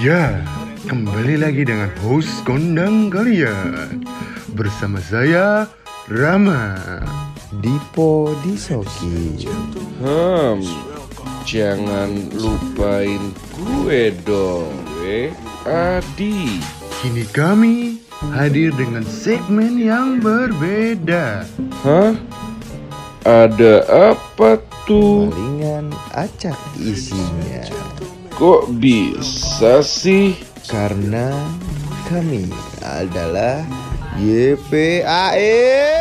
Ya, kembali lagi dengan host kondang kalian. Bersama saya, Rama. Dipo Disoki. Jangan lupain gue dong, Adi. Kini kami hadir dengan segmen yang berbeda. Ada apa tuh? Palingan acak isinya. Kok bisa sih? Karena kami adalah YPAE.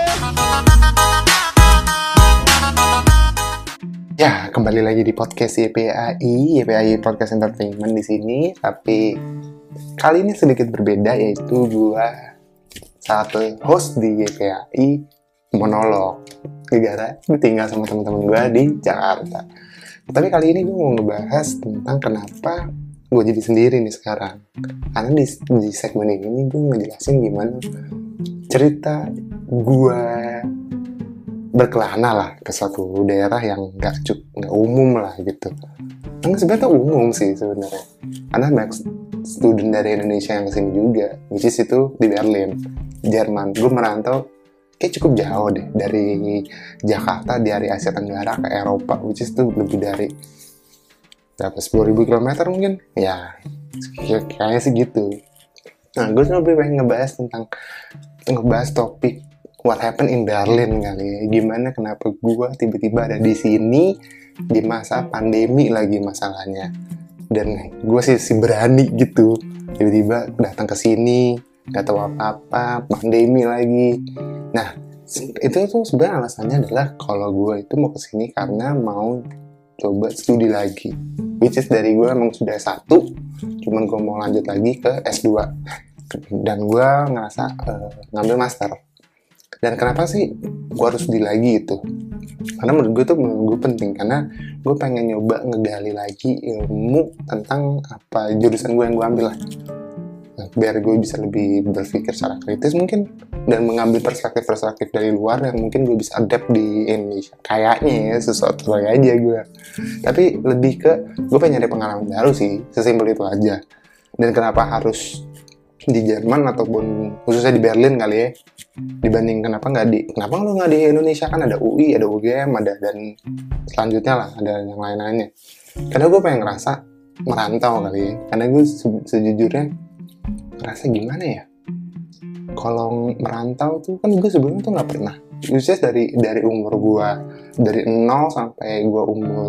Ya, kembali lagi di podcast YPAI Podcast Entertainment di sini. Tapi kali ini sedikit berbeda, yaitu gua satu host di YPAI monolog gara ditinggal sama teman-teman gua di Jakarta. Tapi kali ini gue mau ngebahas tentang kenapa gue jadi sendiri nih sekarang. Karena di segmen ini gue ngejelasin gimana cerita gue berkelana lah ke suatu daerah yang nggak umum lah gitu. Yang sebenarnya umum sih sebenarnya. Karena banyak student dari Indonesia yang kesini juga, which is itu di Berlin, Jerman. Gue merantau kayak cukup jauh deh dari Jakarta, dari Asia Tenggara ke Eropa, which is tuh lebih dari berapa 10.000 km mungkin ya, kayaknya sih gitu. Nah, gue lebih pengen ngebahas topik what happened in Berlin kali ya. Gimana kenapa gue tiba-tiba ada di sini di masa pandemi lagi masalahnya, dan gue sih berani gitu tiba-tiba datang ke sini, nggak tahu apa-apa, pandemi lagi. Nah, itu tuh sebenarnya alasannya adalah kalau gue itu mau kesini karena mau coba studi lagi, which is dari gue emang sudah S1, cuman gue mau lanjut lagi ke S2, dan gue ngerasa ngambil master. Dan kenapa sih gue harus studi lagi itu? Karena menurut gue penting, karena gue pengen nyoba ngegali lagi ilmu tentang apa jurusan gue yang gue ambil lah. Nah, biar gue bisa lebih berpikir secara kritis mungkin, dan mengambil perspektif dari luar yang mungkin gue bisa adapt di Indonesia. Kayaknya ya, sesuatu aja gue. Tapi lebih ke gue pengen nyari pengalaman baru sih, sesimpel itu aja. Dan kenapa harus di Jerman ataupun khususnya di Berlin kali ya, dibanding kenapa lo nggak di Indonesia? Kan ada UI, ada UGM, ada, dan selanjutnya lah ada yang lain-lainnya. Karena gue pengen ngerasa merantau kali ya. Karena gue sejujurnya ngerasa gimana ya, kalau merantau tuh kan gue sebelumnya tuh nggak pernah. Khususnya dari umur gue dari 0 sampai gue umur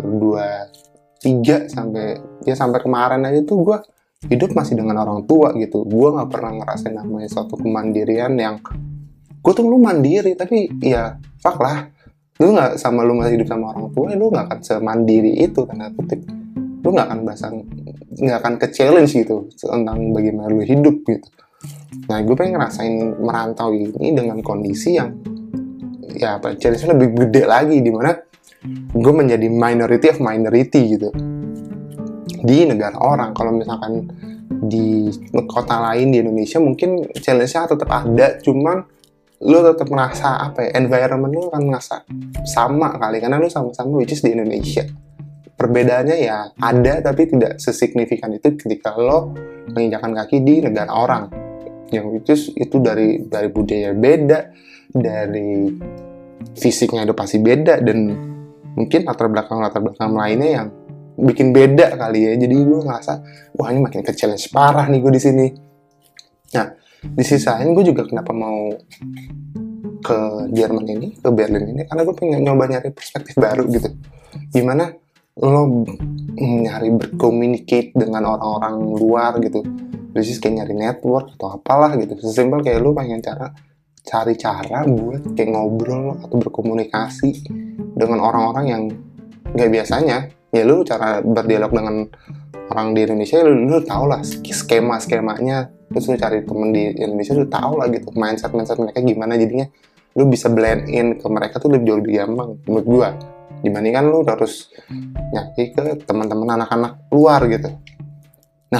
23 sampai kemarin aja tuh gue hidup masih dengan orang tua gitu. Gue nggak pernah ngerasain namanya suatu kemandirian yang gue tuh lu mandiri, tapi ya fuck lah, lu nggak sama lu masih hidup sama orang tua, lu nggak akan semandiri itu tanda kutip. Lu nggak akan ke challenge gitu tentang bagaimana lu hidup gitu. Nah, gue pengen ngerasain merantau ini dengan kondisi yang ya apa, challenge-nya lebih gede lagi, dimana gue menjadi minority of minority gitu di negara orang. Kalau misalkan di kota lain di Indonesia mungkin challenge-nya tetap ada, cuman lu tetap merasa apa ya, environment lu akan merasa sama kali, karena lu sama-sama which is di Indonesia. Perbedaannya ya ada, tapi tidak sesignifikan itu ketika lo menginjakan kaki di negara orang, yang itu dari budaya beda, dari fisiknya itu pasti beda, dan mungkin latar belakang lainnya yang bikin beda kali ya. Jadi gue ngerasa wah, ini makin ke-challenge parah nih gue di sini. Nah, di sisi lain gue juga kenapa mau ke Jerman ini, ke Berlin ini, karena gue pengen nyoba nyari perspektif baru gitu. Gimana lo nyari berkomunikasi dengan orang-orang luar gitu, terus kayak nyari network atau apalah gitu. Sesimpel kayak lo pengen cari cara buat kayak ngobrol atau berkomunikasi dengan orang-orang yang nggak biasanya. Ya lo cara berdialog dengan orang di Indonesia, lo tau lah skemanya, terus lo cari temen di Indonesia, lo tau lah gitu mindset mereka gimana, jadinya lo bisa blend in ke mereka tuh jauh lebih gampang menurut gue, dibandingkan lu harus nyari ke teman-teman anak-anak luar gitu. Nah,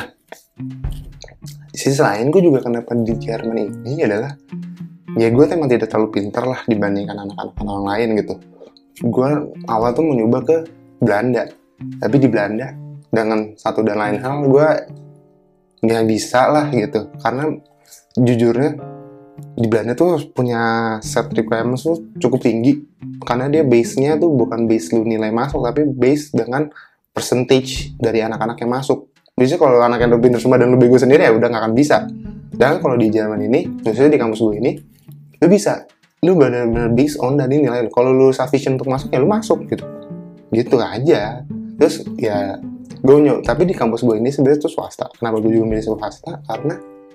di sisi lain gue juga kenapa di Jerman ini adalah ya gue emang tidak terlalu pintar lah dibandingkan anak-anak orang lain gitu. Gue awal tuh mau nyoba ke Belanda, tapi di Belanda dengan satu dan lain hal gue nggak bisa lah gitu, karena jujurnya di Belanda tuh punya set requirements tuh cukup tinggi, karena dia base-nya tuh bukan base lu nilai masuk, tapi base dengan percentage dari anak-anak yang masuk. Biasanya kalau anak yang lebih pintar semua dan lebih bego sendiri ya udah nggak akan bisa. Dan kalau di Jerman ini, khususnya di kampus gue ini, lu bisa, lu benar-benar based on dari nilai lu. Kalau lu sufficient untuk masuk ya lu masuk gitu aja. Terus ya tapi di kampus gue ini sebenarnya tuh swasta. Kenapa gue juga milih swasta? Karena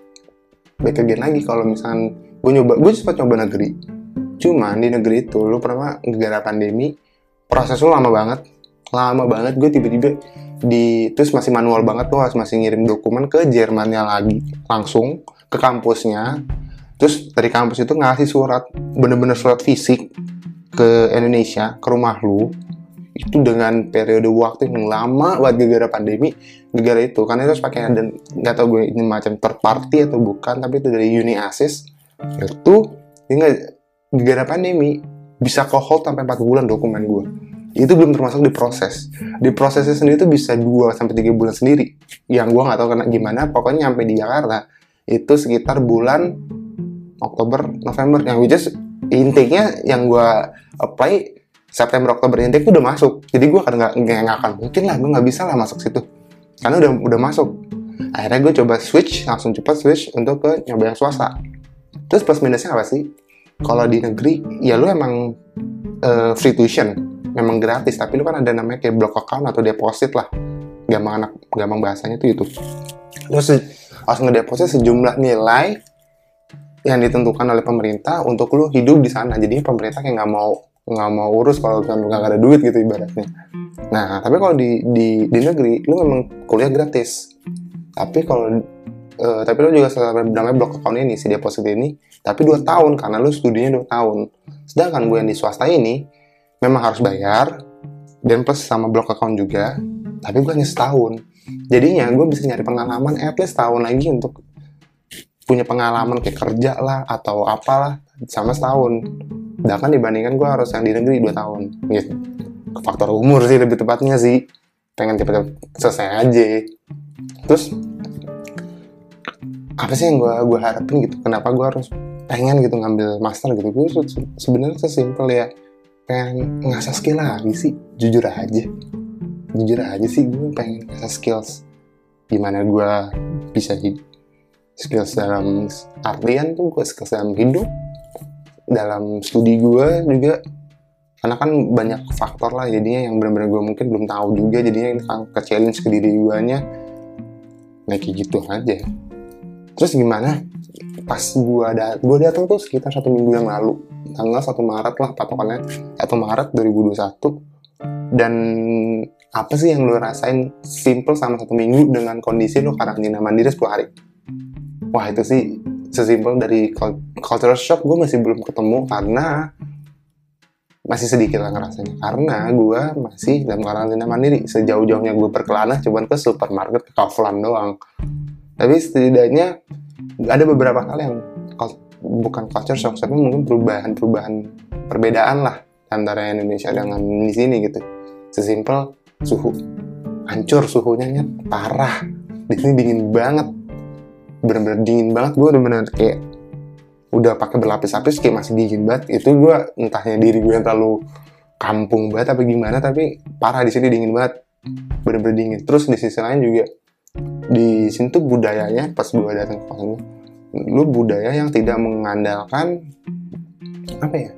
back again lagi, kalau misalkan gue sempat nyoba negeri. Cuman di negeri itu lu pernah gara pandemi, proses lu lama banget. Gue tiba-tiba terus masih manual banget tuh, harus masih ngirim dokumen ke Jermannya lagi, langsung ke kampusnya. Terus dari kampus itu ngasih surat, bener-bener surat fisik ke Indonesia, ke rumah lu. Itu dengan periode waktu yang lama buat gara-gara pandemi, gara-gara itu karena itu harus pakai, dan nggak tahu gue ini macam third party atau bukan, tapi itu dari UniAssist. Itu gara-gara pandemi bisa ke hold sampai 4 bulan dokumen gue. Itu belum termasuk di prosesnya sendiri itu bisa 2-3 bulan sendiri, yang gue nggak tahu kena gimana. Pokoknya nyampe di Jakarta itu sekitar bulan Oktober November, yang which is intake-nya yang gue apply September Oktober intake udah masuk. Jadi gue nggak akan mungkin lah, gue nggak bisa lah masuk situ karena udah masuk. Akhirnya gue coba langsung cepat switch untuk ke nyoba yang swasta. Terus plus minusnya apa sih? Kalau di negeri ya lu emang free tuition, memang gratis, tapi lu kan ada namanya kayak block account atau deposit lah, gampang bahasanya tuh itu. Terus harus ngedeposit sejumlah nilai yang ditentukan oleh pemerintah untuk lu hidup di sana. Jadi pemerintah kayak nggak mau urus kalau lu nggak ada duit gitu ibaratnya. Nah, tapi kalau di negeri lu memang kuliah gratis. Tapi lu juga namanya block account ini, si deposit ini, tapi 2 tahun karena lu studinya 2 tahun. Sedangkan gue yang di swasta ini memang harus bayar dan plus sama block account juga, tapi gue hanya setahun. Jadinya gue bisa nyari pengalaman at least tahun lagi untuk punya pengalaman kayak kerja lah atau apalah sama setahun. Sedangkan dibandingkan gue harus yang di negeri 2 tahun gitu. Faktor umur sih lebih tepatnya sih, pengen cepet-cepet selesai aja. Terus apa sih yang gue harapin gitu, kenapa gue harus pengen gitu ngambil master gitu. Gue sebenarnya sesimpel ya, pengen ngasah skill lagi sih, jujur aja sih gue pengen ngasah skills gimana gue bisa hidup. Skills dalam artian tuh gue skills dalam hidup, dalam studi gue juga, karena kan banyak faktor lah jadinya yang benar-benar gue mungkin belum tahu juga, jadinya ini ke challenge ke diri gue nya kayak gitu aja. Terus gimana pas gue datang tuh sekitar 1 minggu yang lalu, tanggal 1 Maret lah patokannya, 1 Maret 2021. Dan apa sih yang lo rasain simple sama 1 minggu dengan kondisi lo karantina mandiri 10 hari? Wah itu sih sesimpel dari culture shock gue masih belum ketemu, karena masih sedikit lah ngerasanya, karena gue masih dalam karantina mandiri. Sejauh-jauhnya gue berkelana cuman ke supermarket, ke Kaufland doang. Tapi setidaknya ada beberapa hal yang bukan culture shock, tapi mungkin perbedaan lah antara Indonesia dengan di sini gitu. Sesimpel suhu, hancur suhunya parah. Di sini dingin banget, bener-bener dingin banget. Gue bener-bener kayak udah pakai berlapis-lapis kayak masih dingin banget. Itu gue entahnya diri gue yang terlalu kampung banget apa gimana, tapi parah di sini dingin banget, bener-bener dingin. Terus di sisi lain juga di sini tuh budayanya pas gue datang ke sana, lu budaya yang tidak mengandalkan apa ya,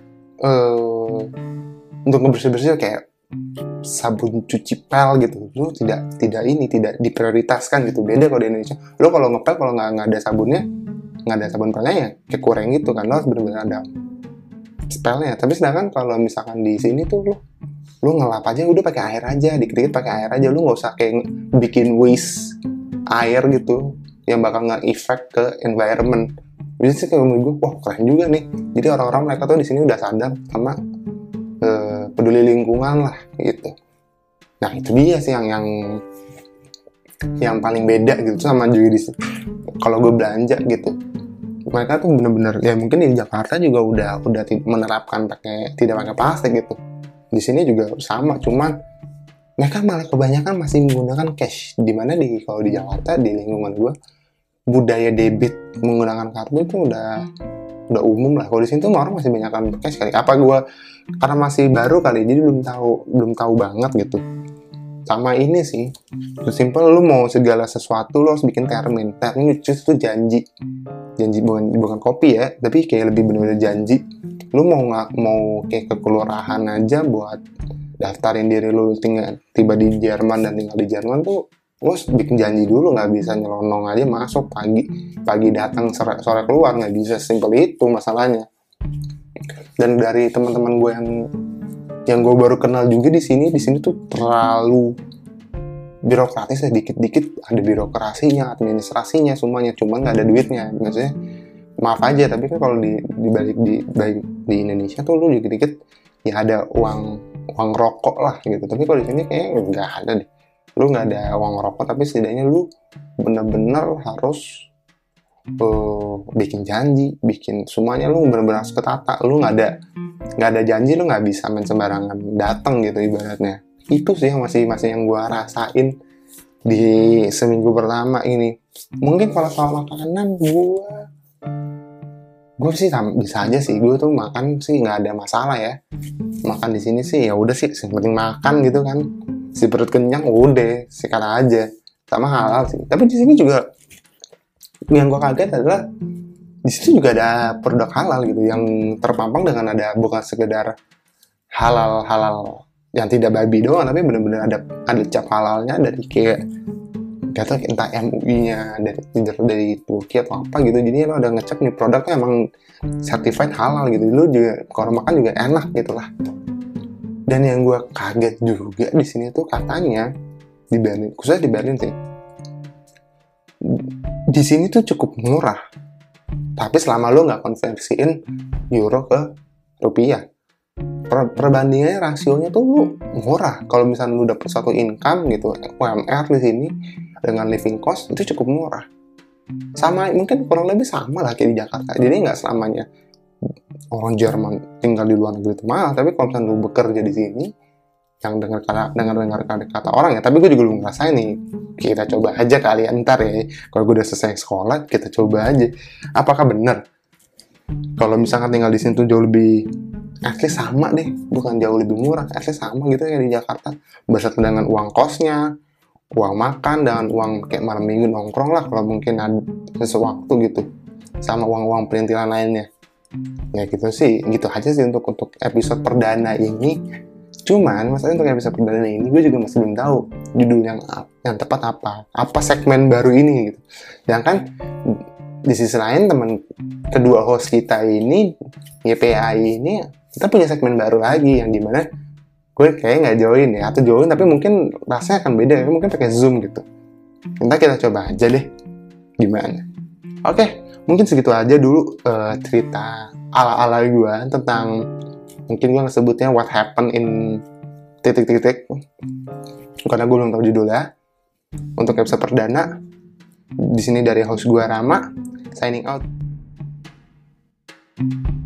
untuk ngebersih-bersih kayak sabun cuci pel gitu, lu tidak diprioritaskan gitu. Beda kalau di Indonesia, lu kalau ngepel kalau nggak ada sabunnya, nggak ada sabun pelnya ya kayak kurang gitu kan, lo harus benar-benar ada spellnya. Tapi sedangkan kalau misalkan di sini tuh lu ngelap aja udah pakai air aja, dikit-dikit pakai air aja, lu nggak usah kayak bikin waste air gitu yang bakal nge-effect ke environment. Jadi sih kayak menurut gue, wah keren juga nih. Jadi orang-orang mereka tuh di sini udah sadar sama peduli lingkungan lah gitu. Nah itu dia sih yang paling beda gitu sama juga di sini. Kalau gue belanja gitu, mereka tuh bener-bener ya mungkin di Jakarta juga udah menerapkan tidak pakai plastik gitu. Di sini juga sama, cuman mereka malah kebanyakan masih menggunakan cash. Dimana kalau di Jakarta, di lingkungan gue, budaya debit menggunakan kartu itu udah umum lah. Kalau di sini tuh orang masih banyakkan cash kali. Apa gue karena masih baru kali, jadi belum tahu banget gitu. Sama ini sih, simple, lu mau segala sesuatu lu harus bikin termin itu janji bukan kopi ya, tapi kayak lebih bener-bener janji. Lu mau kayak ke kelurahan aja buat daftarin diri lu tiba di Jerman dan tinggal di Jerman tuh, lu harus bikin janji dulu, nggak bisa nyelonong aja masuk pagi datang sore keluar, nggak bisa. Simple itu masalahnya. Dan dari teman-teman gue yang gue baru kenal juga di sini tuh terlalu birokratis ya, dikit-dikit ada birokrasinya, administrasinya, semuanya, cuma nggak ada duitnya. Maksudnya maaf aja, tapi kan kalau di Indonesia tuh lu dikit-dikit ya ada uang rokok lah gitu, tapi kalau di sini kayaknya nggak ada deh. Lu nggak ada uang rokok, tapi setidaknya lu bener-bener harus bikin janji, bikin semuanya, lu bener-bener harus ketata. Lu nggak ada janji, lu nggak bisa main sembarangan datang gitu ibaratnya. Itu sih yang masih yang gue rasain di seminggu pertama ini. Mungkin kalau soal makanan gue sih bisa aja sih. Gue tuh makan sih nggak ada masalah ya. Makan di sini sih ya udah sih, yang penting makan gitu kan. Si perut kenyang udah sekarang aja, sama halal sih. Tapi di sini juga yang gue kaget adalah di situ juga ada produk halal gitu yang terpampang dengan ada bukan sekedar halal yang tidak babi doang, tapi benar-benar ada cap halalnya dari kayak kata entah MUI-nya dari Turki atau apa gitu. Jadi lo ada ngecek nih produknya emang certified halal gitu. Lo juga kalau makan juga enak gitu lah. Dan yang gue kaget juga di sini tuh katanya di Berlin, khususnya di Berlin sih, di sini tuh cukup murah. Tapi selama lo nggak konversiin euro ke rupiah, perbandingannya rasionya tuh lu murah. Kalau misalnya lu dapet satu income gitu, UMR di sini dengan living cost itu cukup murah. Sama, mungkin kurang lebih sama lah kayak di Jakarta. Jadi nggak selamanya orang Jerman tinggal di luar negeri itu mahal. Tapi kalau misalnya lu bekerja di sini, yang dengar kata orang ya. Tapi gue juga belum ngerasain nih. Kita coba aja kali ntar ya. Kalau gue udah selesai sekolah, kita coba aja. Apakah benar? Kalau misalkan tinggal di sini tuh jauh lebih, at least sama deh, bukan jauh lebih murah, at least sama gitu ya di Jakarta. Beserta dengan uang kosnya, uang makan, dan uang kayak malam minggu nongkrong lah kalau mungkin ada sewaktu gitu, sama uang-uang perintilan lainnya. Ya gitu sih, gitu aja sih untuk episode perdana ini. Cuman masalahnya untuk episode perdana ini gue juga masih belum tahu judul yang tepat apa segmen baru ini gitu. Sedangkan di sisi lain kedua host kita ini, YPAI ini, kita punya segmen baru lagi yang dimana gue kayaknya nggak join ya, atau join tapi mungkin rasanya akan beda, mungkin pakai Zoom gitu. Ntar kita coba aja deh gimana. Oke, mungkin segitu aja dulu cerita ala-ala gue tentang, mungkin gue ngesebutnya what happened in ... karena gue belum tahu judulnya. Untuk episode perdana di sini dari host gue Rama, signing out.